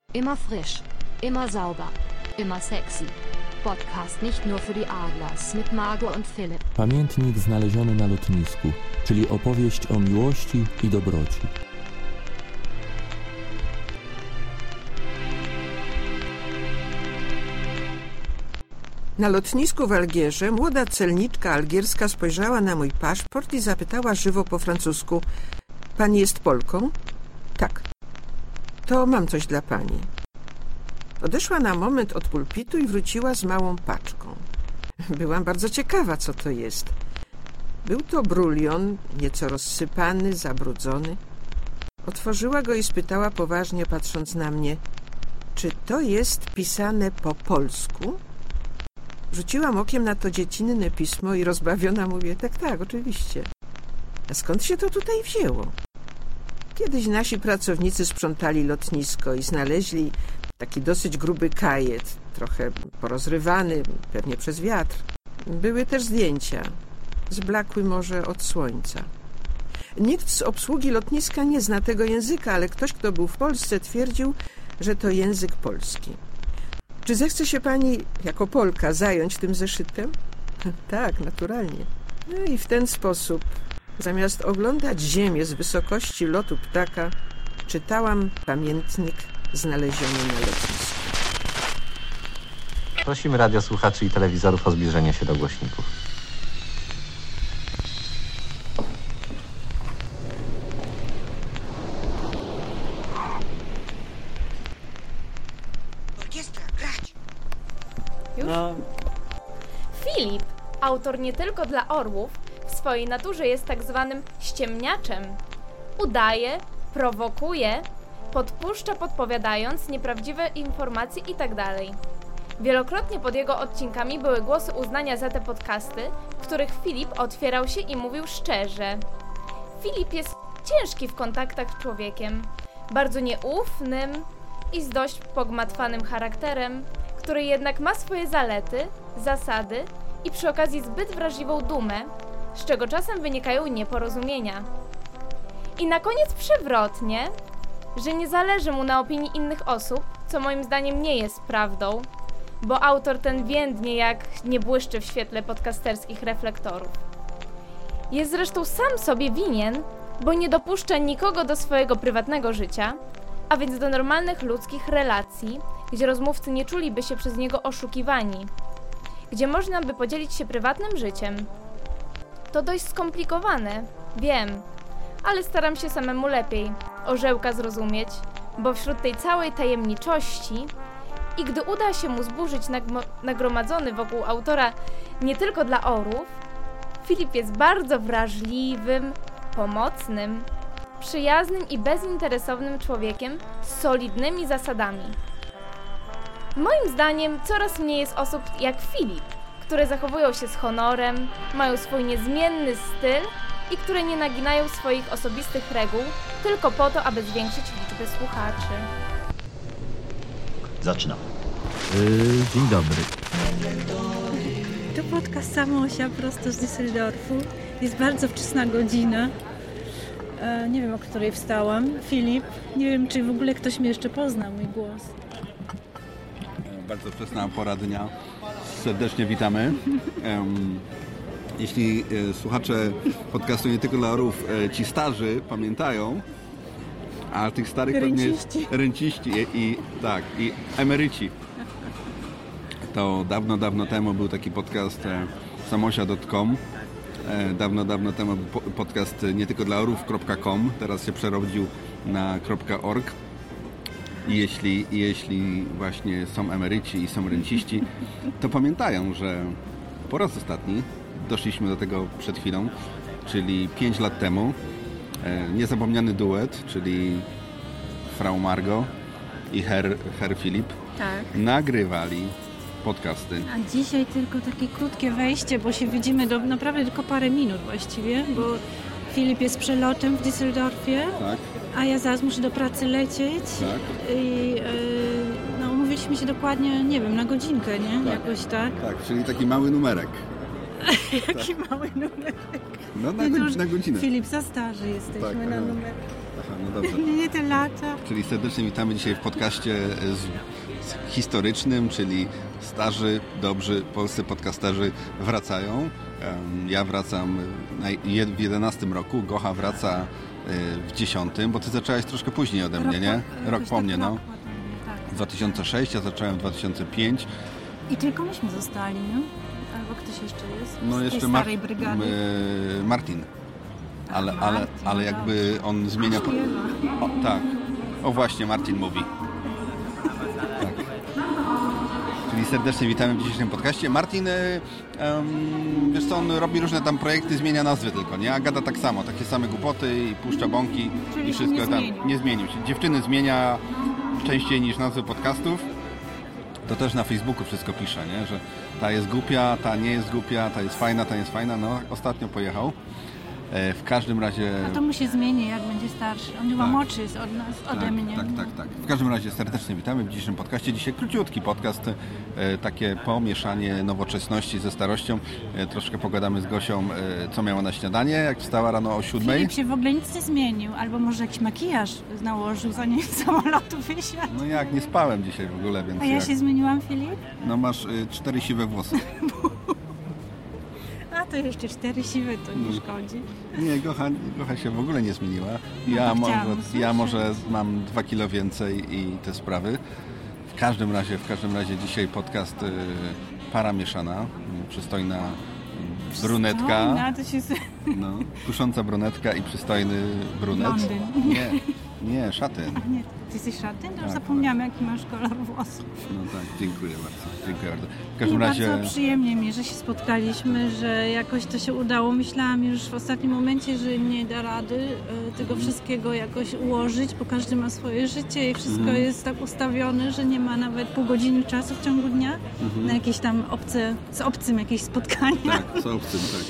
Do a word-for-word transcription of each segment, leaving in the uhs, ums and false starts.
Immer frisch, immer sauber, immer sexy. Podcast nicht nur für die Adlers mit Margot und Philipp. Pamiętnik znaleziony na lotnisku, czyli opowieść o miłości i dobroci. Na lotnisku w Algierze młoda celniczka algierska spojrzała na mój paszport i zapytała żywo po francusku: pani jest Polką? Tak. To mam coś dla pani. Odeszła na moment od pulpitu i wróciła z małą paczką. Byłam bardzo ciekawa, co to jest. Był to brulion, nieco rozsypany, zabrudzony. Otworzyła go i spytała poważnie, patrząc na mnie: czy to jest pisane po polsku? Rzuciłam okiem na to dziecinne pismo i rozbawiona mówię: tak, tak, oczywiście. A skąd się to tutaj wzięło? Kiedyś nasi pracownicy sprzątali lotnisko i znaleźli taki dosyć gruby kajet, trochę porozrywany, pewnie przez wiatr. Były też zdjęcia. Zblakły może od słońca. Nikt z obsługi lotniska nie zna tego języka, ale ktoś, kto był w Polsce, twierdził, że to język polski. Czy zechce się pani, jako Polka, zająć tym zeszytem? Tak, naturalnie. No i w ten sposób, zamiast oglądać ziemię z wysokości lotu ptaka, czytałam pamiętnik znaleziony na lotnisku. Prosimy radiosłuchaczy i telewizorów o zbliżenie się do głośników. Już? No. Filip, autor nie tylko dla orłów, w swojej naturze jest tak zwanym ściemniaczem. Udaje, prowokuje, podpuszcza podpowiadając nieprawdziwe informacje itd. Wielokrotnie pod jego odcinkami były głosy uznania za te podcasty, w których Filip otwierał się i mówił szczerze. Filip jest ciężki w kontaktach z człowiekiem, bardzo nieufnym i z dość pogmatwanym charakterem, który jednak ma swoje zalety, zasady i przy okazji zbyt wrażliwą dumę, z czego czasem wynikają nieporozumienia. I na koniec przewrotnie, że nie zależy mu na opinii innych osób, co moim zdaniem nie jest prawdą, bo autor ten więdnie jak nie błyszczy w świetle podcasterskich reflektorów. Jest zresztą sam sobie winien, bo nie dopuszcza nikogo do swojego prywatnego życia, a więc do normalnych ludzkich relacji, gdzie rozmówcy nie czuliby się przez niego oszukiwani, gdzie można by podzielić się prywatnym życiem. To dość skomplikowane, wiem, ale staram się samemu lepiej orzełka zrozumieć, bo wśród tej całej tajemniczości i gdy uda się mu zburzyć nagmo- nagromadzony wokół autora nie tylko dla orłów, Filip jest bardzo wrażliwym, pomocnym, przyjaznym i bezinteresownym człowiekiem z solidnymi zasadami. Moim zdaniem coraz mniej jest osób jak Filip, które zachowują się z honorem, mają swój niezmienny styl i które nie naginają swoich osobistych reguł tylko po to, aby zwiększyć liczbę słuchaczy. Zaczynam. Yy, dzień dobry. To podcast Samosia prosto z Düsseldorfu. Jest bardzo wczesna godzina. E, nie wiem, o której wstałam. Filip, nie wiem, czy w ogóle ktoś mnie jeszcze pozna, mój głos. Bardzo wczesna pora dnia. Serdecznie witamy. Um, jeśli e, słuchacze podcastu Nie tylko dla orłów, e, ci starzy pamiętają, a tych starych Ręciści. pewnie ręciści i, i tak, i emeryci. To dawno, dawno temu był taki podcast e, samosia kropka com. E, dawno, dawno temu był po, podcast nie tylko dla orłów kropka com. Teraz się przerodził na .org. I jeśli, jeśli właśnie są emeryci i są renciści, to pamiętają, że po raz ostatni doszliśmy do tego przed chwilą, czyli pięć lat temu. E, niezapomniany duet, czyli Frau Margot i Herr, Herr Filip, Tak. nagrywali podcasty. A dzisiaj tylko takie krótkie wejście, bo się widzimy do naprawdę tylko parę minut właściwie, bo Filip jest przelotem w Düsseldorfie, Tak, a ja zaraz muszę do pracy lecieć. tak. I yy, no, umówiliśmy się dokładnie, nie wiem, na godzinkę, nie? Tak. Jakoś tak. Tak, czyli taki mały numerek. Jaki mały numer. No na, I to godz- już, na godzinę. Filip, za starzy jesteśmy Tak, na aha. numer. Aha, no dobrze. Nie, nie te lata. Czyli serdecznie witamy dzisiaj w podcaście z, z historycznym, czyli starzy, dobrzy polscy podcasterzy wracają. Ja wracam w jedenastym roku, Gocha wraca w dziesiątym, bo ty zaczęłaś troszkę później ode mnie, nie? Rok po mnie, no. dwa tysiące szósty, ja zacząłem w dwa tysiące piąty. I tylko myśmy zostali, no? Albo ktoś jeszcze jest no, z jeszcze tej starej Mar- brygady? M- Martin. Ale, Ach, ale, Martin, ale jakby on zmienia... O, tak. O właśnie, Martin mówi. Tak. Czyli serdecznie witamy w dzisiejszym podcaście. Martin, um, wiesz co, on robi różne tam projekty, zmienia nazwy tylko, nie? Agata tak samo, takie same głupoty i puszcza bąki. Czyli i wszystko nie tam. Zmienił. Nie zmienił się. Dziewczyny zmienia częściej niż nazwy podcastów. To też na Facebooku wszystko pisze, nie? Że ta jest głupia, ta nie jest głupia, ta jest fajna, ta jest fajna. No, ostatnio pojechał. E, w każdym razie... A to mu się zmieni, jak będzie starszy. On chyba Tak. młodszy jest od nas, ode tak, mnie. Tak, tak, tak. W każdym razie serdecznie witamy w dzisiejszym podcaście. Dzisiaj króciutki podcast, e, takie pomieszanie nowoczesności ze starością. E, troszkę pogadamy z Gosią, e, co miała na śniadanie, jak wstała rano o siódmej. Filip się w ogóle nic nie zmienił. Albo może jakiś makijaż nałożył, zanim z samolotu wysiadł. No jak, nie spałem dzisiaj w ogóle, więc A ja jak... się zmieniłam, Filip? No masz y, cztery siwe włosy. A to jeszcze cztery siwe, to nie No. szkodzi. Nie, Gocha, Gocha się w ogóle nie zmieniła. No Ja, to może, chciałam ja usłyszeć. może mam dwa kilo więcej i te sprawy. W każdym razie, w każdym razie dzisiaj podcast y, para mieszana, y, przystojna y, brunetka, No, to się... no, kusząca brunetka i przystojny brunet. Blondyn. Nie, nie, szatyn. A nie, ty jesteś szatyn? To już Tak, zapomniałam, jaki masz kolor włosów. No tak, dziękuję bardzo. Dziękuję bardzo. W Nie, każdym razie... bardzo przyjemnie mi, że się spotkaliśmy, że jakoś to się udało. Myślałam już w ostatnim momencie, że nie da rady e, tego wszystkiego jakoś ułożyć, bo każdy ma swoje życie i wszystko Mhm. jest tak ustawione, że nie ma nawet pół godziny czasu w ciągu dnia Mhm. na jakieś tam obce, z obcym jakieś spotkania. Tak, co obcym, tak.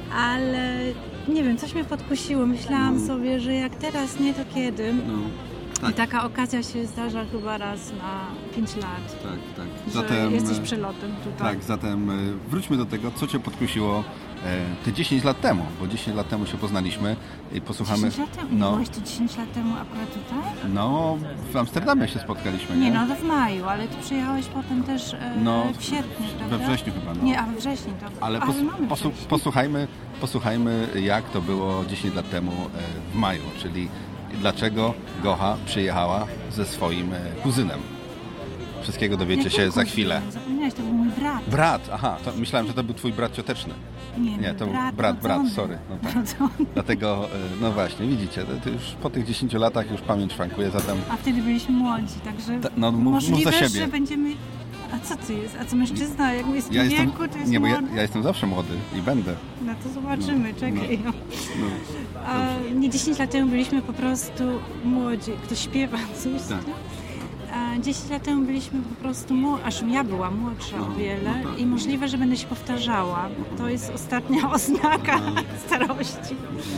Ale nie wiem, coś mnie podkusiło. Myślałam No. sobie, że jak teraz nie, to kiedy? No, I tak, taka okazja się zdarza chyba raz na pięć lat. tak, tak. Że Zatem... jesteś przelotem tutaj. Tak, zatem y, wróćmy do tego, co Cię podkusiło e, te dziesięć lat temu, bo dziesięć lat temu się poznaliśmy i posłuchamy... dziesięć lat temu? No, Byłeś tu dziesięć lat temu akurat tutaj? no, w Amsterdamie się spotkaliśmy, nie? Nie, no to w maju, ale ty przyjechałeś potem też e, No, w sierpniu, prawda? we wrześniu chyba, no. Nie, a we wrześniu to... Ale ale pos, mamy posu, wrzesień. posłuchajmy, posłuchajmy, jak to było dziesięć lat temu e, w maju, czyli dlaczego Gocha przyjechała ze swoim e, kuzynem. Wszystkiego dowiecie Jakim się za kuzynem? chwilę. Zapomniałeś, to był mój brat. Brat, aha, to myślałem, że to był twój brat cioteczny. Nie, Nie, mój to był brat, brat, brat, rodzony. sorry. No tak. Rodzony. Dlatego, e, no właśnie, widzicie, to, to już po tych dziesięciu latach już pamięć szwankuje, zatem... A wtedy byliśmy młodzi, także Ta- no, mów- mów możliwe, za siebie. że będziemy... A co ty jest? A co mężczyzna, jak jest w Ja wieku, jestem, to jest nie, bo ja, młody? ja jestem zawsze młody i będę. No to zobaczymy, No, czekaj. No. No, A nie dziesięć lat temu byliśmy po prostu młodzi. Ktoś śpiewa coś, Tak. nie? A dziesięć lat temu byliśmy po prostu młodzi, aż ja byłam młodsza No, o wiele no tak. i możliwe, że będę się powtarzała. To jest ostatnia oznaka starości.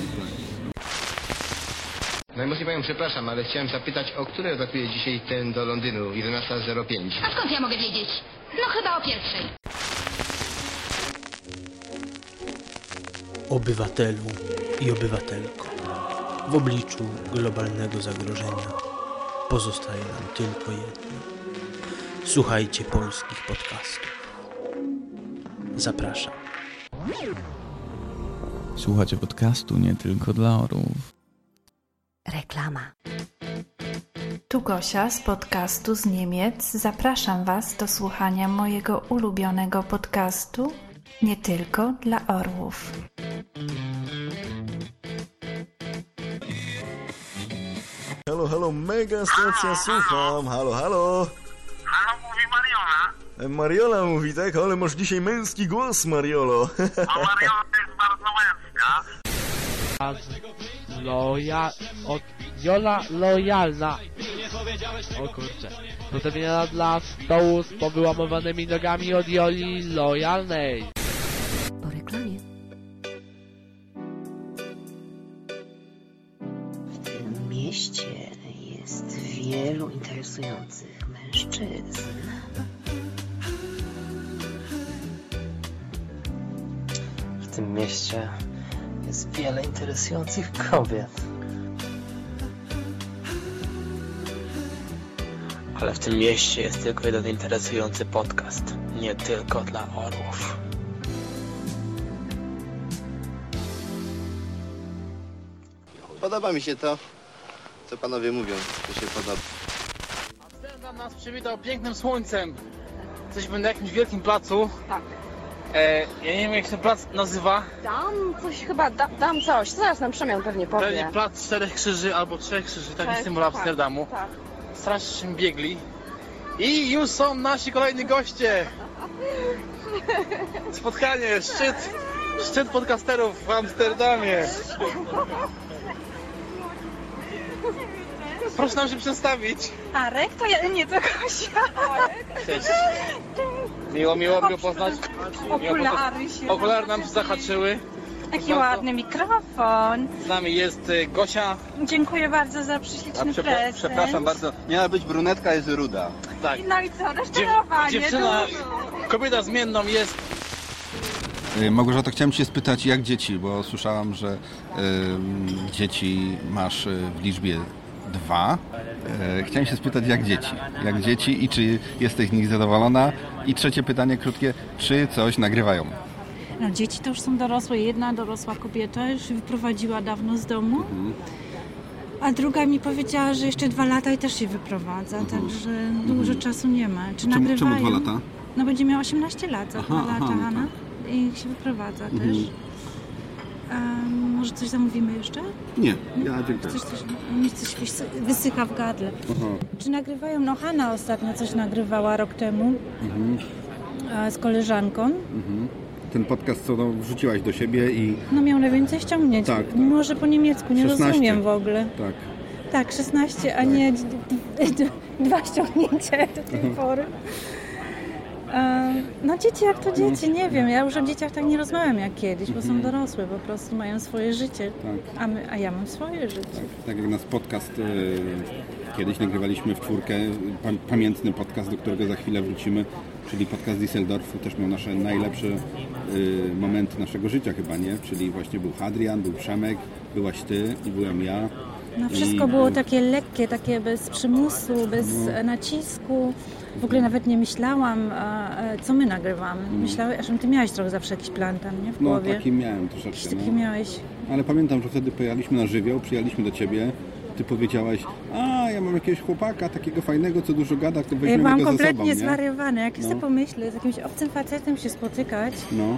Najmocniej Panią przepraszam, ale chciałem zapytać, o której odlatuje dzisiaj ten do Londynu, jedenasta zero pięć? A skąd ja mogę wiedzieć? No chyba o pierwszej. Obywatelu i obywatelko, w obliczu globalnego zagrożenia pozostaje nam tylko jedno. Słuchajcie polskich podcastów. Zapraszam. Słuchacie podcastu nie tylko dla orłów. Reklama. Tu Gosia z podcastu z Niemiec. Zapraszam Was do słuchania mojego ulubionego podcastu nie tylko dla orłów. Halo, halo, mega stacja, słucham. Halo, halo. Halo, mówi Mariola. E, Mariola mówi, tak? Ale masz dzisiaj męski głos, Mariolo. A Mariola jest bardzo męska. Loja... od... Jola lojalna. O kurczę. Postawiona dla stołu z powyłamowanymi nogami od Joli lojalnej. Po reklamie. W tym mieście jest wielu interesujących mężczyzn. W tym mieście jest wiele interesujących kobiet. Ale w tym mieście jest tylko jeden interesujący podcast. Nie tylko dla orłów. Podoba mi się to, co panowie mówią, to się podoba. Amsterdam nas przywitał pięknym słońcem. Jesteśmy na jakimś wielkim placu. Tak. E, ja nie wiem, jak się ten plac nazywa. Dam coś chyba, da, dam coś. Zaraz nam Przemian pewnie powie. Pewnie plac Czterech Krzyży albo Trzech Krzyży, taki Trzech, symbol tak, Amsterdamu. tak. Strasznie biegli. I już są nasi kolejni goście. Spotkanie, szczyt, szczyt podcasterów w Amsterdamie. Proszę nam się przedstawić. Arek? To ja, nie, to Gosia. Cześć. Miło, miło mnie poznać. Okulary się. Okulary nam się zahaczyły. Jaki ładny mikrofon. Z nami jest y, Gosia. Dziękuję bardzo za prześliczny przepra- prezent. Przepraszam bardzo, miała być brunetka, jest ruda. Tak. No i co, rozczarowanie. Dziewczyna, dużo. kobieta zmienną jest. Małgorzato, chciałem cię spytać, jak dzieci, bo słyszałam, że y, dzieci masz w liczbie dwa. Y, chciałem się spytać, jak dzieci? Jak dzieci i czy jesteś z nich zadowolona? I trzecie pytanie krótkie, czy coś nagrywają? No, dzieci to już są dorosłe. Jedna dorosła kobieta już wyprowadziła dawno z domu. Mhm. A druga mi powiedziała, że jeszcze dwa lata i też się wyprowadza, Mhm. także dużo czasu nie ma. Czy Czemu, nagrywają? czemu dwa lata? No będzie miała osiemnaście lat, za Aha, dwa lata aha, no Hanna i się wyprowadza Mhm. też. Um, może coś zamówimy jeszcze? Nie, ja dziękuję. Coś, coś, mi coś wysycha w gardle. Aha. Czy nagrywają? No Hanna ostatnio coś nagrywała rok temu Mhm. a, z koleżanką. Mhm. Ten podcast, co no, wrzuciłaś do siebie i... No miał najwięcej ściągnięć. Tak, tak. Mimo, że po niemiecku nie szesnaście. rozumiem w ogóle. Tak. Tak, szesnaście, a nie d- d- d- dwa ściągnięcia do tej Mhm. pory. E, No dzieci jak to dzieci, nie wiem. Ja już o dzieciach tak nie rozmawiam jak kiedyś, bo są Mhm. dorosłe, po prostu mają swoje życie. Tak. A, my, a ja mam swoje życie. Tak jak nasz podcast e, kiedyś nagrywaliśmy w czwórkę, pa, pamiętny podcast, do którego za chwilę wrócimy, czyli podcast Düsseldorfu, też miał nasze najlepsze e, momenty naszego życia chyba, nie? Czyli właśnie był Hadrian, był Przemek, byłaś ty i byłem ja. No wszystko I, było takie lekkie, takie bez przymusu, bez No. nacisku. W ogóle nawet nie myślałam, a, a, co my nagrywamy. Myślałeś, aż ty miałeś trochę zawsze jakiś plan tam, nie? W No głowie. taki miałem troszeczkę. Taki No. miałeś. Ale pamiętam, że wtedy pojechaliśmy na żywioł, przyjechaliśmy do ciebie, ty powiedziałaś, a ja mam jakiegoś chłopaka takiego fajnego, co dużo gada, to Ja weźmiemy byłam go ze sobą, kompletnie nie? zwariowana. Jak No. sobie pomyślę, z jakimś obcym facetem się spotykać, No,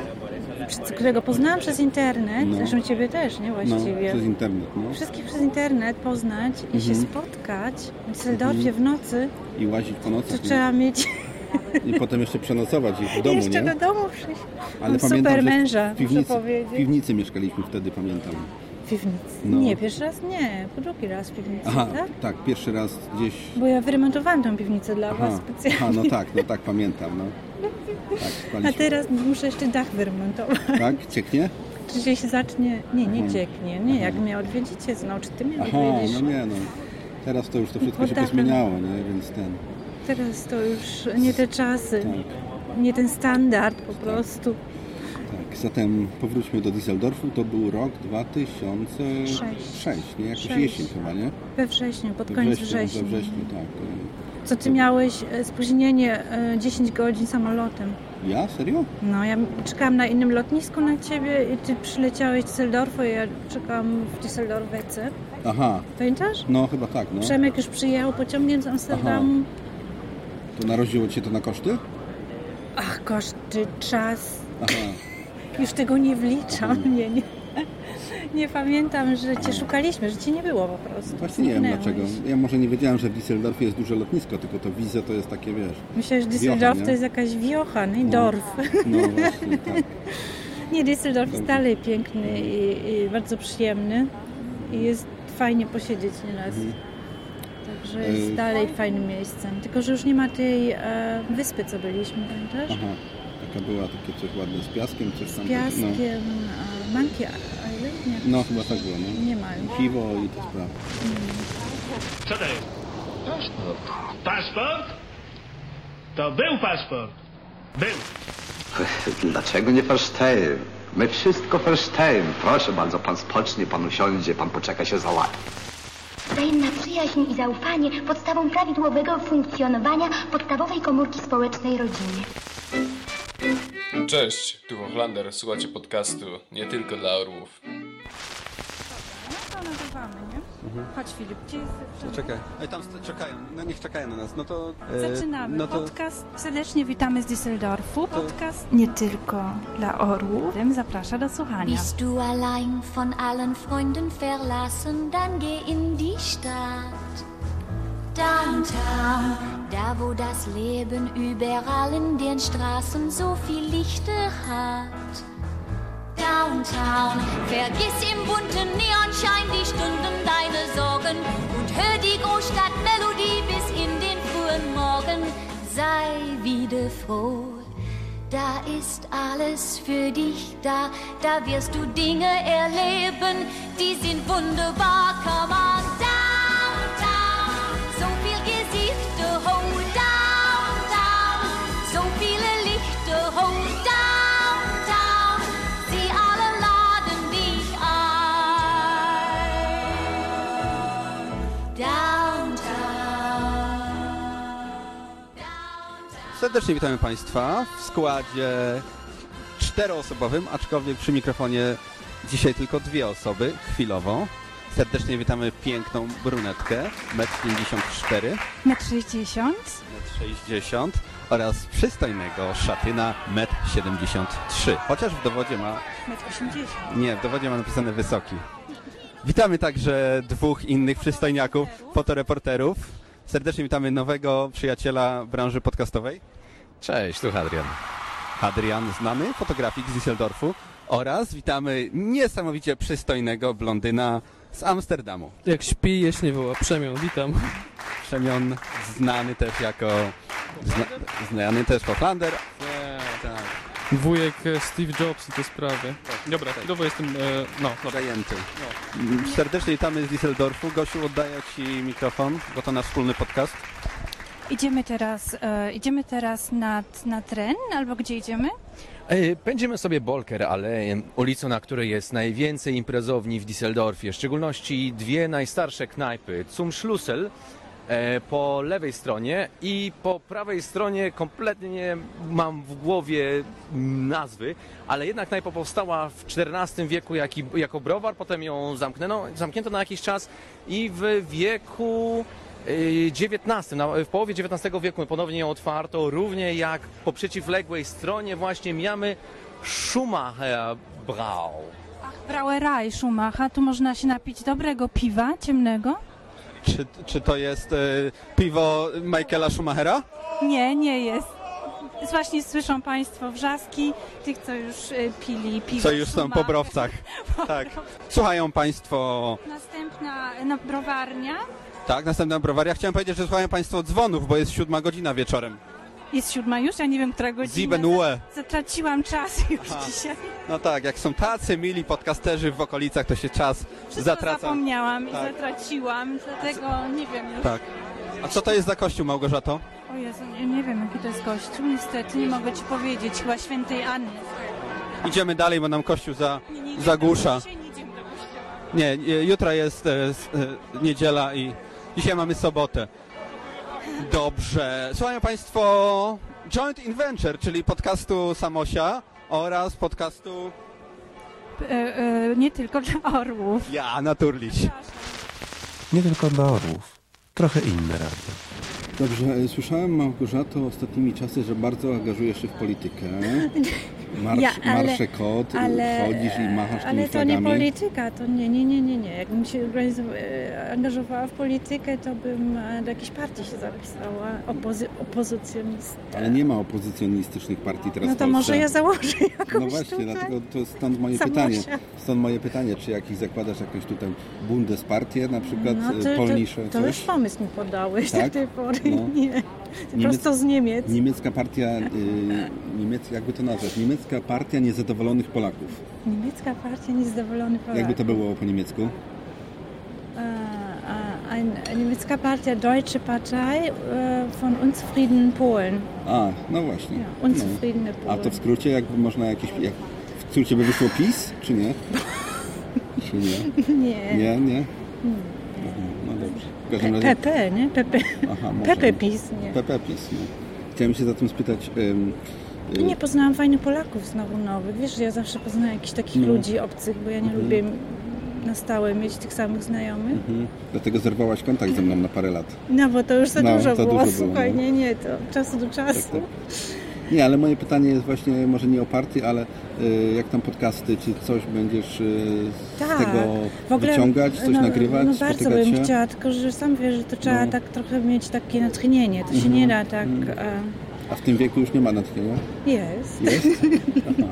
z, którego poznałam przez internet, No. zresztą ciebie też, nie? no, Właściwie. przez internet, no. Wszystkich przez internet poznać i się Mhm. spotkać w Düsseldorfie Mhm. w nocy, I łazić po to nocach, nie? trzeba mieć I potem jeszcze przenocować ich w domu, jeszcze nie? do domu przyjść. Ale Mam pamiętam, super że męża, w piwnicy, muszę powiedzieć. w piwnicy mieszkaliśmy wtedy, pamiętam. W piwnicy. No. Nie, pierwszy raz nie, po drugi raz w piwnicy, Aha, tak? tak, pierwszy raz gdzieś... Bo ja wyremontowałam tą piwnicę dla Aha, was specjalnie. aha, no tak, no tak, pamiętam, no. Tak, A spaliśmy. teraz muszę jeszcze dach wyremontować. Tak? Cieknie? Czy się zacznie... Nie, nie Aha. cieknie. Nie, jak mnie odwiedzicie, no, czy ty mnie Aha, odwiedzisz? no nie, no. Teraz to już to wszystko Pod się dachem. pozmieniało, nie? Więc ten... Teraz to już nie te czasy, Tak. nie ten standard po prostu. Tak, zatem powróćmy do Düsseldorfu. To był rok dwa tysiące sześć, nie? Jakoś Sześć. jesień chyba, nie? We wrześniu, pod We koniec wrześniu, września. We wrześniu, tak. Co ty miałeś e, spóźnienie e, dziesięć godzin samolotem. Ja? Serio? No, ja czekałam na innym lotnisku na ciebie i ty przyleciałeś do Düsseldorfu, a ja czekałam w Düsseldorfece. Aha. Pamiętasz? No, chyba tak, no. Przemek już przyjechał pociągiem z Amsterdamu. To naroziło cię to na koszty? Ach, koszty, czas. Aha. Już tego nie wliczam. Nie, nie, nie pamiętam, że cię szukaliśmy, że cię nie było po prostu. Właśnie nie wiem Zniknęłeś. dlaczego. Ja może nie wiedziałem, że w Düsseldorfie jest duże lotnisko, tylko to Wize to jest takie, wiesz... Myślę, że wiocha, Düsseldorf nie? to jest jakaś wiocha, nie? No. Dorf. No właśnie, tak. Nie, Düsseldorf jest Dobrze. dalej piękny i, i bardzo przyjemny. I jest fajnie posiedzieć nieraz. Mhm. Także jest Y- dalej fajnym miejscem. Tylko, że już nie ma tej e, wyspy, co byliśmy, pamiętasz? Aha. Taka była, takie coś ładne z piaskiem, coś tam. Z piaskiem, a Monkey Island? Nie, No, no chyba tak było, no. nie ma już. Piwo i te sprawy. Co to jest? Paszport. Paszport? To był paszport. Był. Dlaczego nie verstehen? My wszystko verstehen. Proszę bardzo, pan spocznie, pan usiądzie, pan poczeka się załatwi. Wzajemna przyjaźń i zaufanie podstawą prawidłowego funkcjonowania podstawowej komórki społecznej rodziny. Cześć, tu Wochlander, słuchacie podcastu Nie tylko dla orłów. No to nagrywamy, nie? Mhm. Chodź Filip, gdzie jest... No, czekaj, Ej, tam czekają, no niech czekają na nas, no to... E, Zaczynamy, no to... podcast, serdecznie witamy z Düsseldorfu, podcast Nie tylko dla orłów, zaprasza do słuchania. Bist du allein von allen Freunden verlassen, dann geh in die Stadt. Downtown, da wo das Leben überall in den Straßen so viel Lichter hat. Downtown, vergiss im bunten Neonschein die Stunden deine Sorgen und hör die Großstadtmelodie bis in den frühen Morgen. Sei wieder froh, da ist alles für dich da, da wirst du Dinge erleben, die sind wunderbar. Come on, downtown, so viel Gesichter, oh downtown, so viele Lichter, oh downtown. Serdecznie witamy Państwa w składzie czteroosobowym, aczkolwiek przy mikrofonie dzisiaj tylko dwie osoby, chwilowo. Serdecznie witamy piękną brunetkę, metr pięćdziesiąt cztery, metr sześćdziesiąt, metr sześćdziesiąt oraz przystojnego szatyna, metr siedemdziesiąt trzy, chociaż w dowodzie ma... metr osiemdziesiąt. Nie, w dowodzie ma napisane wysoki. Witamy także dwóch innych przystojniaków, fotoreporterów. Serdecznie witamy nowego przyjaciela branży podcastowej. Cześć, tu Hadrian. Hadrian, znany fotografik z Düsseldorfu. Oraz witamy niesamowicie przystojnego blondyna z Amsterdamu. Jak śpi, jeśli nie woła. Przemian, witam. Przemian, znany też jako... Zna, znany też Wochlander. Tak. Wujek Steve Jobs i te sprawy. Dobra, chwilowo jestem, e, no, no. Zajęty. No. Serdecznie witamy z Düsseldorfu. Gosiu, oddaję Ci mikrofon, bo to nasz wspólny podcast. Idziemy teraz, e, idziemy teraz nad, nad Ren, albo gdzie idziemy? Będziemy sobie Bolker, ale ulicą, na której jest najwięcej imprezowni w Düsseldorfie, w szczególności dwie najstarsze knajpy, Zum Schlussel po lewej stronie i po prawej stronie kompletnie nie mam w głowie nazwy, ale jedna knajpa powstała w czternastym wieku jak, jako browar, potem ją zamknęto, zamknięto na jakiś czas i w wieku dziewiętnastym, w połowie dziewiętnastego wieku ponownie ją otwarto, równie jak po przeciwległej stronie właśnie mamy Schumacher Brau. Ach, Brauerei Schumacher, tu można się napić dobrego piwa, ciemnego? Czy, czy to jest y, piwo Michaela Schumachera? Nie, nie jest. Właśnie słyszą Państwo wrzaski tych, co już y, pili piwo. Co już są po browcach. Tak. Słuchają Państwo... Następna no, browarnia. Tak, następna browaria. Chciałem powiedzieć, że słuchają Państwo dzwonów, bo jest siódma godzina wieczorem. Jest siódma już? Ja nie wiem, która godzina. Sieben Uhr. Zatraciłam czas już Aha. dzisiaj. No tak, jak są tacy mili podcasterzy w okolicach, to się czas Wszystko zatraca. zapomniałam tak. i zatraciłam, dlatego nie wiem już. Tak. A co to jest za kościół, Małgorzato? O Jezu, nie, nie wiem, jaki to jest kościół, niestety, nie mogę Ci powiedzieć, chyba Świętej Anny. Idziemy dalej, bo nam kościół za, nie, nie zagłusza. Dzisiaj nie idziemy do kościoła. Nie, jutro jest e, e, niedziela i dzisiaj mamy sobotę. Dobrze. Słuchają Państwo Joint Adventure, czyli podcastu Samosia oraz podcastu... E, e, nie tylko dla orłów. Ja, naturliś. Nie tylko dla orłów. Trochę inne radio. Dobrze, słyszałem, Małgorzato, ostatnimi czasy, że bardzo angażujesz się w politykę. Marsz, ja, ale, marsze kot, ale, chodzisz i machasz tymi ale to flagami. nie polityka, to nie, nie, nie, nie, nie. Jakbym się angażowała w politykę, to bym do jakiejś partii się zapisała, opozy opozycjonista. Ale nie ma opozycjonistycznych partii teraz No to w Polsce. może ja założę jakąś No właśnie, tutaj. dlatego to stąd moje Samosia. pytanie. Stąd moje pytanie, czy jakiś zakładasz jakąś tutaj Bundespartię, na przykład No to, Polnische, to, to coś? już pomysł mi podałeś Tak? do tej pory. No. Nie, prosto z Niemiec. Niemiecka partia, y, niemiec, jakby to nazwać, niemiecka partia niezadowolonych Polaków. Niemiecka partia niezadowolonych Polaków. Jakby to było po niemiecku? Eine niemiecka Partia, Deutsche Partei von unzufriedenen Polen. A, no właśnie. Ja, unzufriedene no. Polen. A to w skrócie jakby można jakieś... Jak, w skrócie by wyszło PiS, czy nie? Czy nie? Nie. Nie, nie? Hmm. No każdym razie... Pepe, nie? Pepe. Aha, może. Pepe Pis, nie? Pepe Pis, nie. Chciałem się zatem spytać... Ym, y... Nie, poznałam fajnych Polaków znowu nowych. Wiesz, ja zawsze poznaję jakichś takich no. ludzi obcych, bo ja nie mhm. lubię na stałe mieć tych samych znajomych. Mhm. Dlatego zerwałaś kontakt ze mną na parę lat. No, bo to już za no, dużo za było. Dużo Słuchaj, było, no. nie, nie, to czasu do czasu. Tak, tak. Nie, ale moje pytanie jest właśnie może nie o partii, ale y, jak tam podcasty, czy coś będziesz y, z tak. tego w ogóle, wyciągać, coś no, nagrywać, no spotykać bardzo bym się? chciała, tylko że sam wiesz, że to trzeba no. tak trochę mieć takie natchnienie, to się mhm. nie da tak... Mhm. A... a w tym wieku już nie ma natchnienia? Jest. Jest? Aha.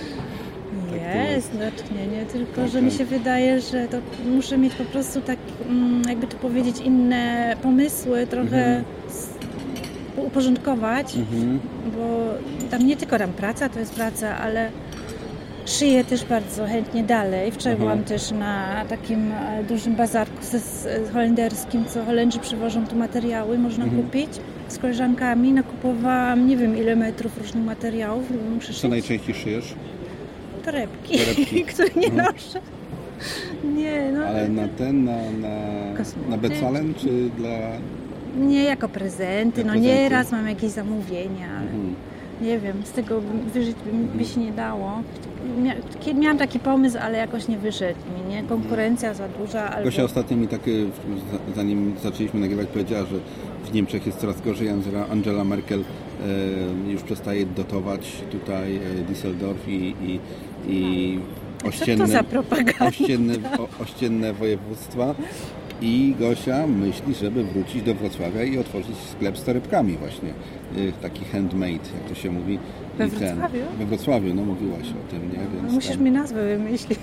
Jest natchnienie, tylko tak, że tak. mi się wydaje, że to muszę mieć po prostu tak, jakby to powiedzieć, inne pomysły, trochę mhm. uporządkować, mhm. bo tam nie tylko tam praca, to jest praca, ale szyję też bardzo chętnie dalej. Wczoraj mhm. byłam też na takim dużym bazarku z, z holenderskim, co Holendrzy przywożą tu materiały, można mhm. kupić. Z koleżankami nakupowałam nie wiem ile metrów różnych materiałów. Muszę Co najczęściej szyjesz? Torebki, Torebki. które nie no. noszę. Nie, no. Ale na ten, na, na, na Becalen, czy dla... Nie, jako prezenty. Jak no prezenty? Nieraz mam jakieś zamówienia, ale mhm. nie wiem, z tego wyżyć by, mhm. by się nie dało. Mia- miałam taki pomysł, ale jakoś nie wyszedł mi, nie? Konkurencja za duża. Albo... Gosia ostatnio mi tak, zanim zaczęliśmy nagrywać, powiedziała, że w Niemczech jest coraz gorzej. Angela Merkel e, już przestaje dotować tutaj e, Düsseldorf i, i, i ościenne, Co to za propaganda? ościenne, o, ościenne województwa. I Gosia myśli, żeby wrócić do Wrocławia i otworzyć sklep z torebkami właśnie. Taki handmade, jak to się mówi. We I Wrocławiu? Ten, we Wrocławiu, no mówiłaś o tym, nie? Więc musisz tam... mi nazwę wymyślić.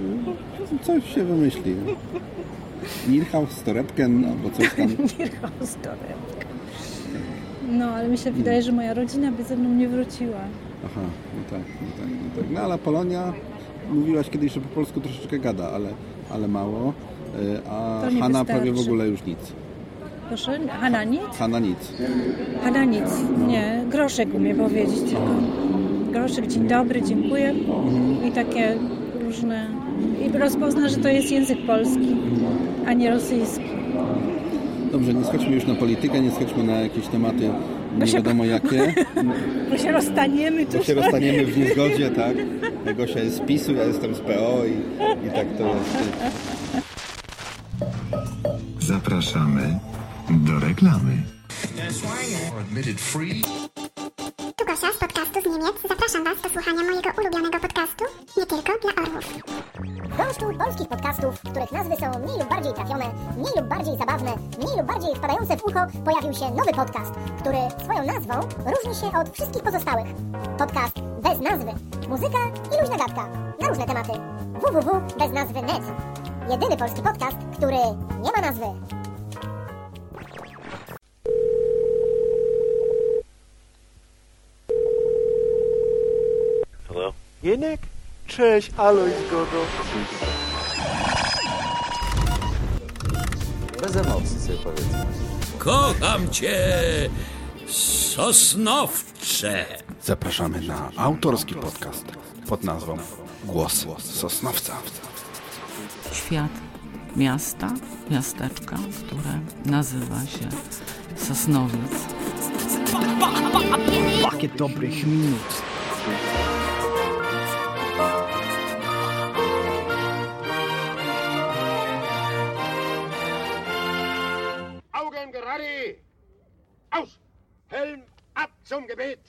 Coś się wymyśli. Nierhaus Torebken albo coś tam. Nierhaus Torebken. No, ale mi się wydaje, że moja rodzina by ze mną nie wróciła. Aha, no tak, no tak, no tak. No ale Polonia, mówiłaś kiedyś, że po polsku troszeczkę gada, ale, ale mało. A Hanna prawie w ogóle już nic. Proszę? Hanna nic? Hanna nic. Hanna nic, nie. Groszek umie powiedzieć tylko. Groszek, dzień dobry, dziękuję. Mhm. I takie różne... I rozpozna, że to jest język polski, a nie rosyjski. Dobrze, nie schodźmy już na politykę, nie schodźmy na jakieś tematy nie wiadomo jakie. Bo się rozstaniemy tu. Bo się rozstaniemy w niezgodzie, tak? Gosia jest z PiSu, ja jestem z P O i, i tak to jest. Zapraszamy do reklamy. Tu Gosia z podcastu z Niemiec. Zapraszam Was do słuchania mojego ulubionego podcastu Nie tylko dla orłów. W gąszczu polskich podcastów, których nazwy są mniej lub bardziej trafione, mniej lub bardziej zabawne, mniej lub bardziej wpadające w ucho, pojawił się nowy podcast, który swoją nazwą różni się od wszystkich pozostałych. Podcast bez nazwy. Muzyka i luźna gadka na różne tematy. www bez nazwy kropka net. Jedyny polski podcast, który nie ma nazwy. Hello? Jenek? Cześć, Alois Godo. Bez emocji sobie powiedzmy. Kocham cię, Sosnowcze. Zapraszamy na autorski podcast pod nazwą Głos Sosnowca. Świat miasta, miasteczka, które nazywa się Sosnowiec. Pakiet dobrych minut. Augen gerade! Aus! Helm ab zum Gebet!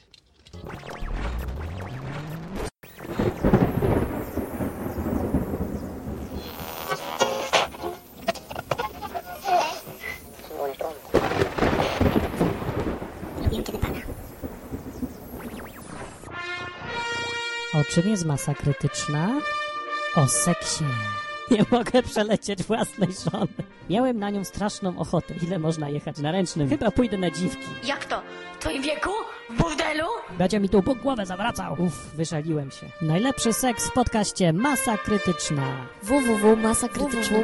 O czym jest masa krytyczna? O seksie. Nie mogę przelecieć własnej żony. Miałem na nią straszną ochotę. Ile można jechać na ręcznym? Chyba pójdę na dziwki. Jak to? W twoim wieku? W burdelu? Będzie mi tu Bóg głowę zawracał. Uff, wyszaliłem się. Najlepszy seks w podcaście Masa Krytyczna. www masa krytyczna.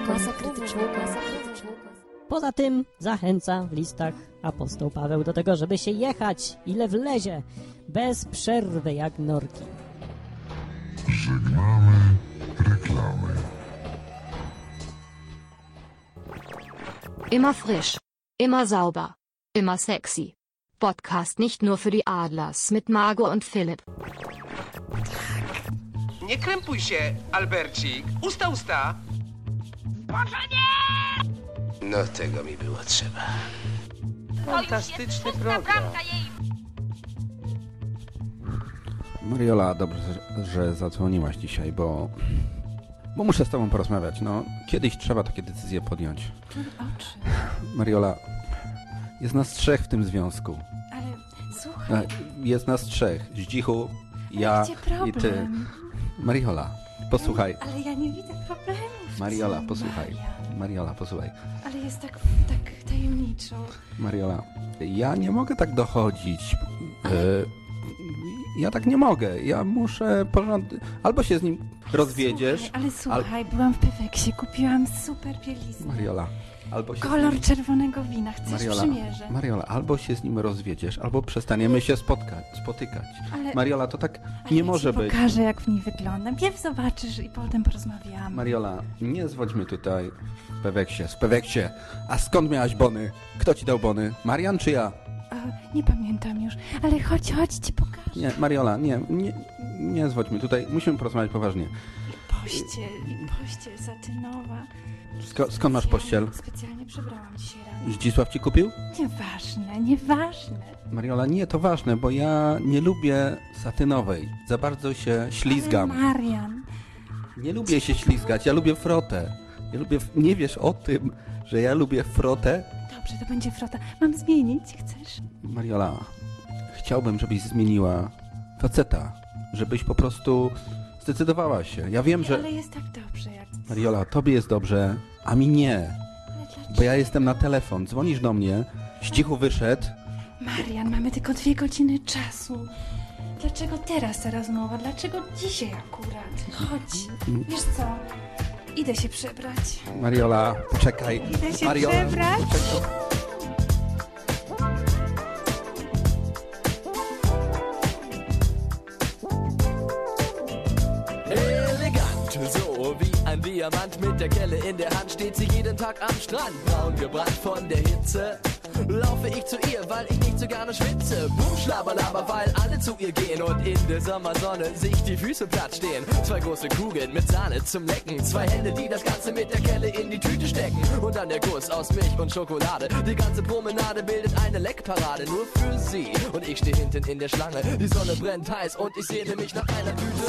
Poza tym zachęca w listach apostoł Paweł do tego, żeby się jechać, ile wlezie, bez przerwy jak norki. Żegnamy reklamy. Immer frisch. Immer sauber. Immer sexy. Podcast nicht nur für die Adlers mit Margot und Philipp. Nie krępuj się, Albercik. Usta, usta. No tego mi było trzeba. Fantastyczny program. Mariola, dobrze, że zadzwoniłaś dzisiaj, bo, bo muszę z tobą porozmawiać. No, kiedyś trzeba takie decyzje podjąć. Mariola, jest nas trzech w tym związku. Ale słuchaj... Jest nas trzech. Zdzichu, ja i ty. Mariola, posłuchaj. Ale ja nie widzę problemu. Mariola, posłuchaj. Mariola, posłuchaj. Ale jest tak, tak tajemniczo. Mariola, ja nie mogę tak dochodzić. Ale... Ja tak nie mogę. Ja muszę porządnie... Albo się z nim rozwiedziesz... Słuchaj, ale słuchaj, al... byłam w Peweksie, kupiłam super bieliznę. Mariola, albo się kolor nim... czerwonego wina. Chcesz Mariola, przymierze? Mariola, albo się z nim rozwiedziesz, albo przestaniemy się spotkać, spotykać. Ale... Mariola, to tak nie ja może ci być. pokażę, jak w niej wyglądam. Pierw zobaczysz i potem porozmawiamy. Mariola, nie zwodźmy tutaj w Peweksie, z Peweksie. A skąd miałaś bony? Kto ci dał bony? Marian czy ja? Nie pamiętam już, ale chodź, chodź, ci pokażę. Nie, Mariola, nie, nie, nie zwodźmy tutaj, musimy porozmawiać poważnie. Pościel, pościel satynowa. Sko- skąd masz pościel? Specjalnie przebrałam dzisiaj rano. Zdzisław ci kupił? Nieważne, nieważne. Mariola, nie, to ważne, bo ja nie lubię satynowej. Za bardzo się ślizgam. Ale Marian. Nie lubię się ślizgać, ja lubię frotę. Ja lubię, nie wiesz o tym, że ja lubię frotę? Dobrze, to będzie frota. Mam zmienić, chcesz? Mariola, chciałbym, żebyś zmieniła faceta. Żebyś po prostu zdecydowała się. Ja wiem, że... Ale jest tak dobrze, jak... Mariola, tobie jest dobrze, a mi nie. Bo ja jestem na telefon. Dzwonisz do mnie, Zdzichu wyszedł. Marian, mamy tylko dwie godziny czasu. Dlaczego teraz ta rozmowa? Dlaczego dzisiaj akurat? Chodź. Wiesz co? Idę się przebrać. Mariola, poczekaj. Idę się Mariola, przebrać. Poczekaj. So wie ein Diamant mit der Kelle in der Hand steht sie jeden Tag am Strand. Braun gebrannt von der Hitze, laufe ich zu ihr, weil ich nicht so gerne schwitze. Boom, schlabberlaber, weil alle zu ihr gehen und in der Sommersonne sich die Füße platt stehen. Zwei große Kugeln mit Sahne zum Lecken, zwei Hände, die das Ganze mit der Kelle in die Tüte stecken. Und dann der Kuss aus Milch und Schokolade. Die ganze Promenade bildet eine Leckparade nur für sie. Und ich stehe hinten in der Schlange, die Sonne brennt heiß und ich sehne mich nach einer Tüte.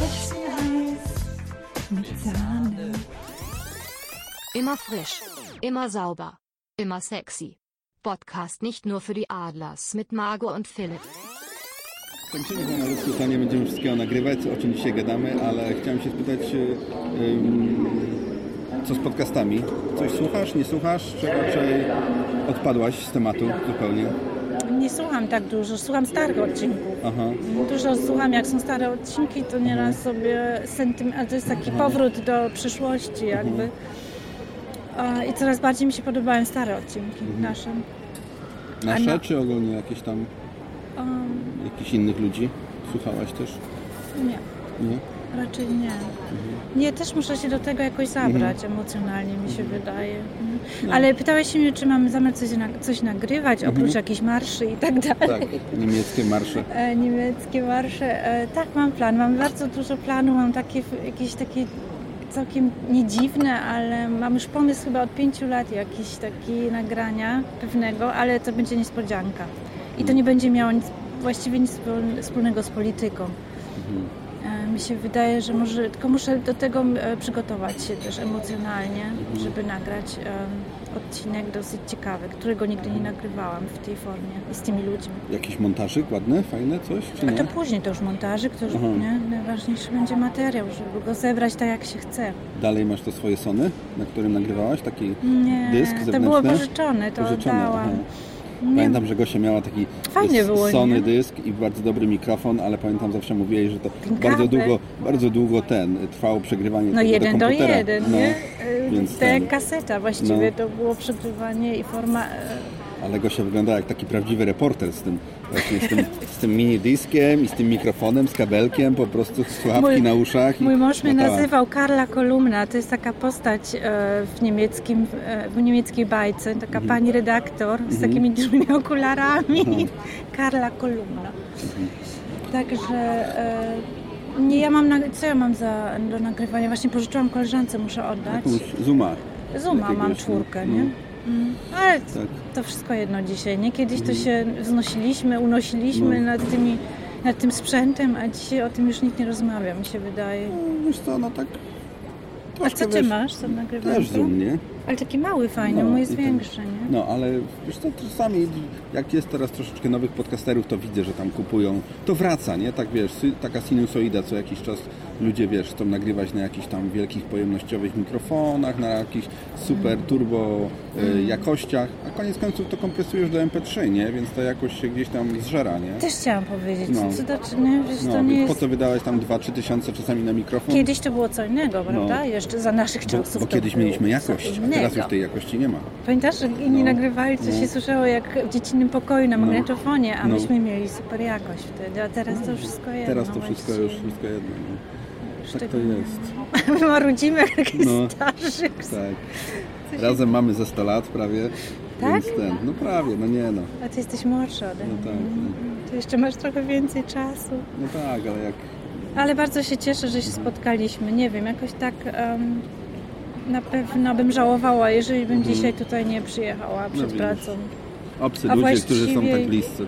Mit Sahne. Immer frisch, immer sauber, immer sexy. Podcast nicht nur für die Adlers mit Margot und Philipp. Kończymy to na ludzkie, nie będziemy wszystkiego nagrywać, o czym dzisiaj gadamy, ale chciałem się spytać, um, co z podcastami? Coś słuchasz, nie słuchasz, czy raczej odpadłaś z tematu zupełnie? Nie słucham tak dużo, słucham starych odcinków. Aha. Dużo słucham, jak są stare odcinki, to nieraz sobie sentyment, to jest taki Aha. powrót do przyszłości jakby. I coraz bardziej mi się podobają stare odcinki mhm. nasze. Nasze, no, czy ogólnie jakieś tam, um, jakichś innych ludzi? Słuchałaś też? Nie. Nie? Raczej nie. Mhm. Nie, też muszę się do tego jakoś zabrać mhm. emocjonalnie, mi się mhm. wydaje. No. Ale pytałeś się mnie, czy mamy zamiar coś, coś nagrywać, oprócz mhm. jakichś marszy i tak dalej. Tak, niemieckie marsze. E, niemieckie marsze. E, tak, mam plan. Mam bardzo dużo planu, mam takie, jakieś takie całkiem nie dziwne, ale mam już pomysł chyba od pięciu lat jakiś taki nagrania pewnego, ale to będzie niespodzianka. I to nie będzie miało nic, właściwie nic wspólnego z polityką. Mhm. Mi się wydaje, że może, tylko muszę do tego przygotować się też emocjonalnie, mhm. żeby nagrać um, odcinek dosyć ciekawy, którego nigdy nie nagrywałam w tej formie i z tymi ludźmi. Jakiś montażyk ładny, fajny, coś? Czy nie? A to później to już montażyk, to już nie? Najważniejszy będzie materiał, żeby go zebrać tak jak się chce. Dalej masz to swoje Sony, na którym nagrywałaś? Taki nie, dysk zewnętrzny? To było pożyczone, to pożyczone, oddałam. Nie. Pamiętam, że Gosia miała taki było, Sony nie? dysk i bardzo dobry mikrofon, ale pamiętam, zawsze mówili, że to bardzo długo, bardzo długo ten trwało przegrywanie no tego jeden do komputera. do jeden, no, nie? Więc to jak kaseta właściwie, no. To było przegrywanie i forma Ale Gosia wygląda jak taki prawdziwy reporter z tym, właśnie z tym, z tym mini diskiem i z tym mikrofonem, z kabelkiem, po prostu słuchawki Mój- na uszach. I Mój mąż mnie latała. nazywał Karla Kolumna. To jest taka postać e, w, niemieckim, e, w niemieckiej bajce. Taka Mhm. pani redaktor z Mhm. takimi dużymi okularami. Mhm. Karla Kolumna. Także e, nie, ja mam, na, co ja mam za, do nagrywania? Właśnie pożyczyłam koleżance, muszę oddać. Jakąś Zuma. Zuma Jakiegoś, mam no, czwórkę, no. nie? Mm. Ale Tak. to wszystko jedno dzisiaj, nie? Kiedyś to Mhm. się wznosiliśmy, unosiliśmy No. nad, tymi, nad tym sprzętem, a dzisiaj o tym już nikt nie rozmawia, mi się wydaje. No, wiesz co, no tak A troszkę, co ty wiesz, masz? Co nagrywasz? Też Zoom, nie? Ale taki mały, fajny, No, mój jest i ten- większy, nie? No, ale wiesz co, czasami jak jest teraz troszeczkę nowych podcasterów, to widzę, że tam kupują, to wraca, nie? Tak wiesz, sy- taka sinusoida co jakiś czas ludzie, wiesz, chcą nagrywać na jakichś tam wielkich pojemnościowych mikrofonach, na jakichś super turbo y, jakościach, a koniec końców to kompresujesz do em pe trzy, nie? Więc ta jakość się gdzieś tam zżera, nie? Też chciałam powiedzieć, No. co to, nie? Wiesz, No, to nie więc po jest... co wydałeś tam dwa trzy tysiące czasami na mikrofon? Kiedyś to było co innego, prawda? No. Jeszcze za naszych Bo, czasów bo to kiedyś było mieliśmy co jakość, a innego. teraz już tej jakości nie ma. Pamiętasz, że inni No. nagrywali, to No. się słyszało jak w dziecinnym pokoju na No. magnetofonie, a No. myśmy mieli super jakość wtedy, a teraz to wszystko jedno. Teraz to wszystko właściwie. już wszystko jedno. No. Tak to Szczególnie. jest. My marudzimy jak No. starzy. Tak. Razem mamy ze sto lat prawie. Tak? Więc ten, no prawie, no nie no. A ty jesteś młodszy ode mnie. No tak. No, To jeszcze masz trochę więcej czasu. no tak, ale jak... Ale bardzo się cieszę, że się spotkaliśmy. Nie wiem, jakoś tak em, na pewno bym żałowała, jeżeli bym Mhm. dzisiaj tutaj nie przyjechała przed widzisz. pracą. Obcy A ludzie, którzy są właściwie- tak bliscy.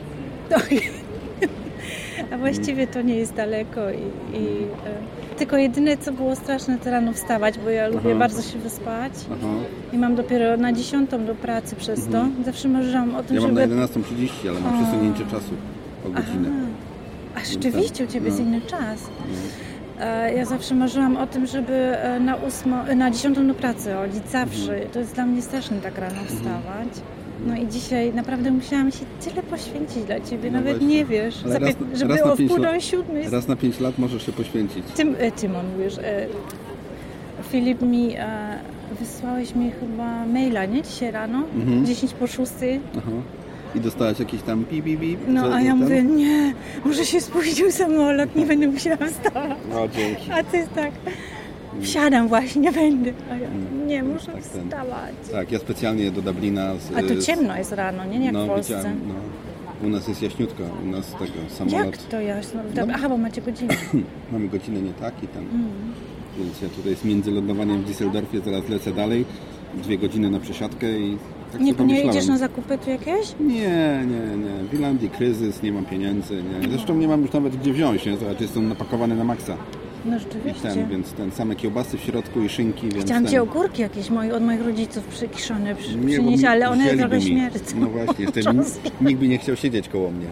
A właściwie to nie jest daleko i, i e, tylko jedyne co było straszne to rano wstawać, bo ja lubię Aha. bardzo się wyspać Aha. i mam dopiero na dziesiątą do pracy przez to. Mhm. Zawsze marzyłam o tym, Ja mam żeby... na jedenastą trzydzieści, ale mam O. przesunięcie czasu o godzinę. A rzeczywiście u Ciebie jest No. inny czas. E, Ja zawsze marzyłam o tym, żeby e, na, ósmo, e, na dziesiątą do pracy chodzić zawsze. Mhm. To jest dla mnie straszne tak rano wstawać. No i dzisiaj naprawdę musiałam się tyle poświęcić dla Ciebie, No nawet właśnie. nie wiesz, Ale Za raz- pię- żeby raz na o pięć wpół lat- do siódmej. Raz na pięć lat możesz się poświęcić. Tym, e, Tymon, wiesz, e, Filip mi, e, wysłałeś mi chyba maila, nie? Dzisiaj rano, Mhm. dziesięć po szóstej. Aha. I dostałaś jakiś tam pi, pi, pi. No co- a ja ten? mówię, nie, może się spóźnił samolot, nie będę musiała wstawać. No dzięki. A ty tak, wsiadam właśnie, nie będę. A ja, nie, muszę ten. wstawać. Tak, ja specjalnie do Dublina... Z, A tu z- ciemno jest rano, nie? Nie jak no, w Polsce. widziałem, no. U nas jest jaśniutko, u nas tego samolot... Jak to jasno? No. Aha, bo macie godzinę. Mamy godzinę nie tak i ten. Mm. Więc ja tutaj z międzylądowaniem w Düsseldorfie teraz lecę dalej. Dwie godziny na przesiadkę i tak Nie, sobie nie pomyślałem. idziesz na zakupy tu jakieś? Nie, nie, nie. W Irlandii kryzys, nie mam pieniędzy. Nie. Zresztą nie mam już nawet gdzie wziąć, nie? Zobacz, jestem napakowany na maksa. No I rzeczywiście. ten, więc ten same kiełbasy w środku i szynki, więc Chciałam ten... Ci ogórki jakieś moi, od moich rodziców przykiszone przy, Nie, bo przynieść, mi- ale one wzięliby trochę mi. śmierdzą. No właśnie, jeszcze Czas. nikt, nikt by nie chciał siedzieć koło mnie.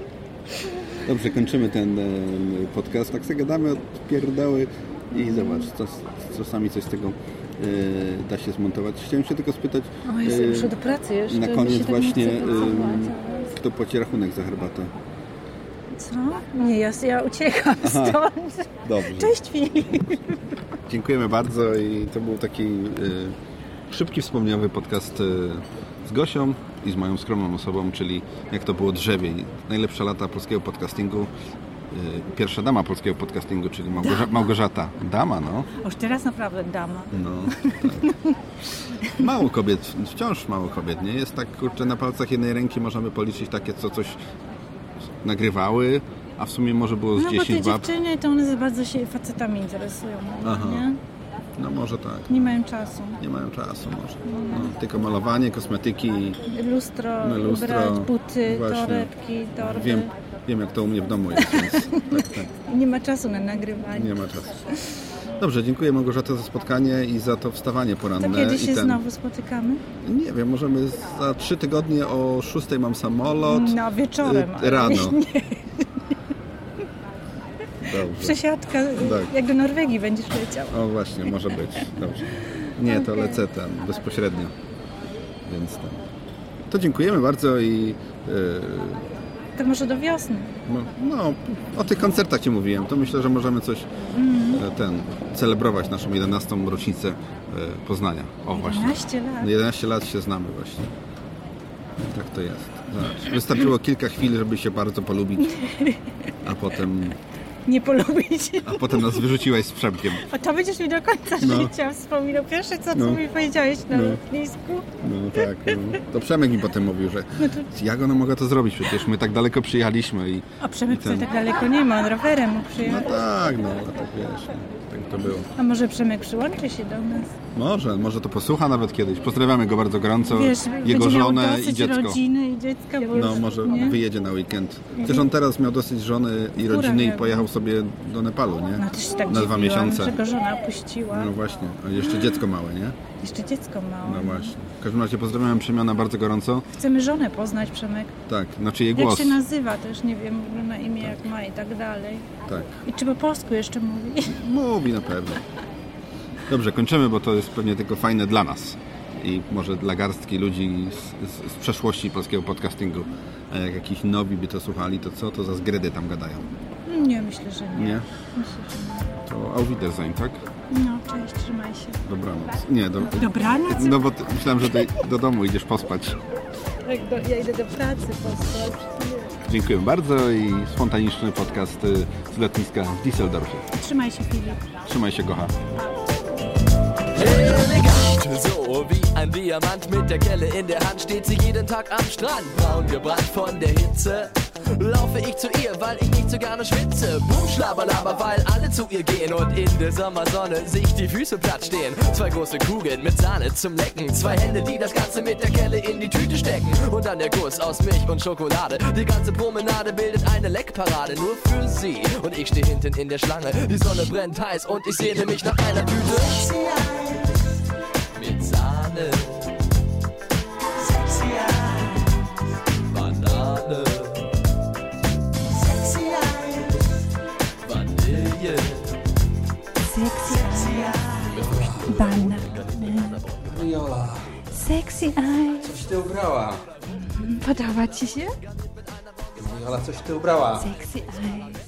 Dobrze, kończymy ten e, podcast. Tak sobie gadamy od pierdoły i zobacz, co, czasami coś z tego e, da się zmontować. Chciałem się tylko spytać O Jezu, e, muszę do pracy jeszcze. na mi koniec się tak nie właśnie, chce pracować, e, kto płaci rachunek za herbatę? Co? Nie, ja, ja uciekam Aha. stąd. Dobrze. Cześć Filip. Dziękujemy bardzo i to był taki e, szybki, wspomniały podcast e, z Gosią i z moją skromną osobą, czyli jak to było drzewiej. Najlepsze lata polskiego podcastingu. E, pierwsza dama polskiego podcastingu, czyli Małgorza- Dama. Małgorzata. Dama, no. Już teraz naprawdę dama. No, tak. Mało kobiet, wciąż mało kobiet, nie? Jest tak, kurczę, na palcach jednej ręki możemy policzyć takie, co coś nagrywały, a w sumie może było z No bo te dziesięć bab. dziewczyny to one za bardzo się facetami interesują, Aha. nie? No może tak. Nie mają czasu. Nie mają czasu może. No, tylko malowanie, kosmetyki. Lustro, No, lustro, ubrać, buty, właśnie. torebki, torby. Wiem, wiem jak to u mnie w domu jest, więc tak, tak. Nie ma czasu na nagrywanie. Nie ma czasu. Dobrze, dziękuję Małgorzata za spotkanie i za to wstawanie poranne. To kiedy i się ten... znowu spotykamy? Nie wiem, możemy za trzy tygodnie o szóstej mam samolot. No, wieczorem. y, ale Rano. Nie. Dobrze. Przesiadka, Tak. jak do Norwegii będziesz leciał. O właśnie, może być. Dobrze. Nie, to Okej. lecę ten bezpośrednio. Więc ten. To dziękujemy bardzo i yy, To może do wiosny. no, no, o tych koncertach Ci mówiłem. To myślę, że możemy coś Mm. e, ten celebrować naszą jedenastą rocznicę e, Poznania. O właśnie. jedenaście lat. jedenaście lat się znamy właśnie. Tak to jest. Zobacz. Wystarczyło kilka chwil, żeby się bardzo polubić, a potem... Nie polubić. A potem nas wyrzuciłaś z Przemkiem. A to będziesz mi do końca No. życia wspominał. Pierwsze co, co No. mi powiedziałeś na No. lotnisku. No tak, no. To Przemek mi potem mówił, że No to... jak ona mogła to zrobić? Przecież my tak daleko przyjechaliśmy i... A Przemek i ten... wcale tak daleko nie ma, on rowerem mógł przyjechać. No tak, no, tak wiesz, tak to było. A może Przemek przyłączy się do nas? Może, może to posłucha nawet kiedyś. Pozdrawiamy go bardzo gorąco, Wiesz, jego będzie żonę miał i dosyć dziecko. rodziny i dziecka, bo No już, może nie? wyjedzie na weekend. Przecież on teraz miał dosyć żony i Która rodziny i miała? pojechał sobie do Nepalu, nie? No też się tak na dwa dziwiłam, miesiące. że go żona opuściła. No właśnie, a jeszcze dziecko małe, nie? Jeszcze dziecko małe. No właśnie. W każdym razie pozdrawiam Przemiana bardzo gorąco. Chcemy żonę poznać, Przemek. Tak, znaczy jej Jak głos. się nazywa też, nie wiem, na imię jak ma i tak dalej. Tak. I czy po polsku jeszcze mówi? Mówi na pewno. Dobrze, kończymy, bo to jest pewnie tylko fajne dla nas i może dla garstki ludzi z, z, z przeszłości polskiego podcastingu. A jak jakiś nowi by to słuchali, to co to za zgredy tam gadają? Nie, myślę, że nie. Nie? Myślę, że nie. To auf Wiedersehen, tak? No, cześć, trzymaj się. Dobranoc. Nie, do... Dobranoc? No bo ty, myślałem, że ty do domu idziesz pospać. Tak, do, ja idę do pracy pospać. Dziękuję bardzo i spontaniczny podcast z lotniska w Düsseldorfie. Trzymaj się, Filip. Trzymaj się, Gocha. Elegant, so wie ein Diamant mit der Kelle in der Hand steht sie jeden Tag am Strand. Braun gebrannt von der Hitze, laufe ich zu ihr, weil ich nicht so gerne schwitze. Boom, schlabberlaber, weil alle zu ihr gehen und in der Sommersonne sich die Füße platt stehen. Zwei große Kugeln mit Sahne zum Lecken, zwei Hände, die das Ganze mit der Kelle in die Tüte stecken. Und dann der Guss aus Milch und Schokolade. Die ganze Promenade bildet eine Leckparade nur für sie. Und ich stehe hinten in der Schlange, die Sonne brennt heiß und ich sehne mich nach einer Tüte mit Sahne. Sexy Eis, Banane. Sexy Eis, Vanille. Sexy Eis, Banane. Mariola, Sexy Eis. coś ty ubrała. Podoba ci się? Mariola, coś ty ubrała. Sexy Eis.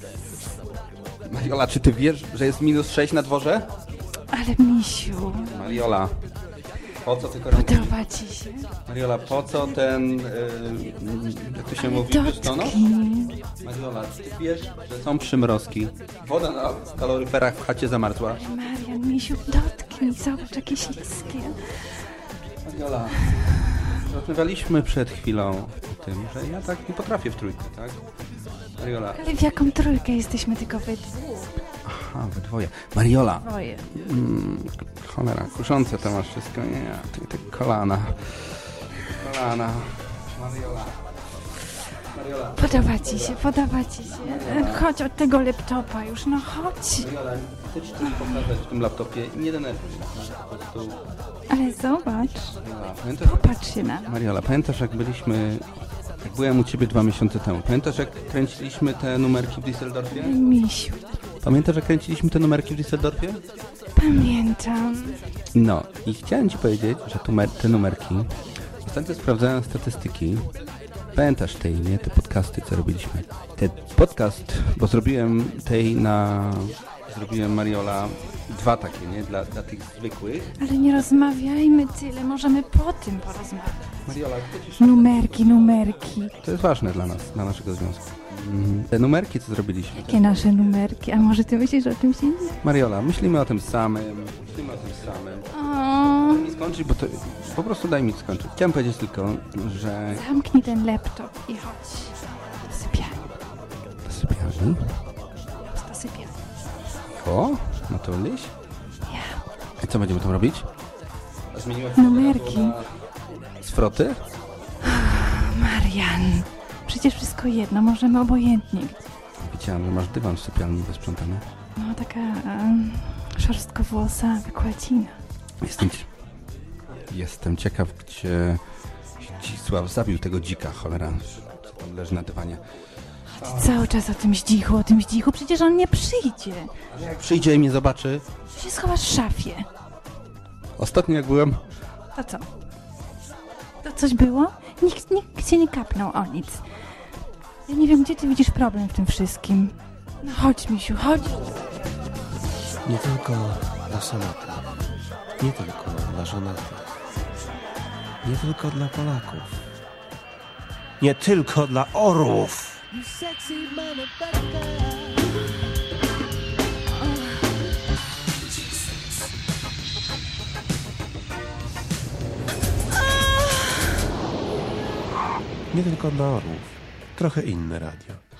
Mariola, czy ty wiesz, że jest minus sześć na dworze? Ale misiu. Mariola, po co ty koronki? Podoba ci się? Mariola, po co ten, yy, jak to się mówi, przystonosz? Mariola, czy ty wiesz, że są przymrozki? Woda na kaloryferach w chacie zamarzła. Marian, misiu, dotknij, zobacz, jakie śliskie. Mariola, rozmawialiśmy przed chwilą o tym, że ja tak nie potrafię w trójkę, tak? Mariola. Ale w jaką trójkę jesteśmy tylko we dwóch? Aha, we dwoje. Mariola. Dwoje. Mm, cholera, kuszące to masz wszystko. Nie, te, te kolana. Kolana. Mariola. Mariola. Podoba ci się, podoba ci się. Chodź od tego laptopa już, no chodź. Mariola, chcę ci coś pokazać w tym laptopie i nie denerwuj się. Po prostu... Ale zobacz. Mariola, pamiętasz, Popatrz się na mnie. Mariola, pamiętasz jak byliśmy... Jak byłem u ciebie dwa miesiące temu. Pamiętasz jak kręciliśmy te numerki w Düsseldorfie? Misiu. Pamiętasz jak kręciliśmy te numerki w Düsseldorfie? Pamiętam. No i chciałem ci powiedzieć, że tumer, te numerki, ostatnio sprawdzałem statystyki. Pamiętasz tej, nie? Te podcasty, co robiliśmy. Ten podcast, bo zrobiłem tej na... Zrobiłem, Mariola, dwa takie, nie? Dla, dla tych zwykłych. Ale nie rozmawiajmy tyle, możemy po tym porozmawiać. Mariola, chcesz... Numerki, numerki. To jest ważne dla nas, dla naszego związku. Mhm. Te numerki, co zrobiliśmy. Jakie nasze numerki? A może ty myślisz o czymś innym? Mariola, myślimy o tym samym. Myślimy o tym samym. O. Daj mi skończyć, bo to... Po prostu daj mi skończyć. Chciałem powiedzieć tylko, że... Zamknij ten laptop i chodź do sypialni. Do sypialni? Do sypialni. O, no to liś? Ja. I co będziemy tam robić? Zmieniłaś numerki. Z froty? Marian, przecież wszystko jedno, możemy obojętnie. Widziałem, że masz dywan w sypialni wysprzątany. No taka um, szorstkowłosa wykładzina. Jestem, ci... Jestem ciekaw, gdzie Zdzisław zabił tego dzika, cholera. Co tam leży na dywanie. Ty cały czas o tym zdzichu, o tym zdzichu, przecież on nie przyjdzie. Ale jak przyjdzie i mnie zobaczy... Ty się schowasz w szafie. Ostatnio jak byłem... To co? To coś było? Nikt, nikt cię nie kapnął o nic. Ja nie wiem, gdzie ty widzisz problem w tym wszystkim. No chodź, misiu, chodź. Nie tylko dla samotnych, nie tylko dla żonatych, nie tylko dla Polaków, Nie tylko dla orłów. Nie tylko dla orłów. Trochę inne radio.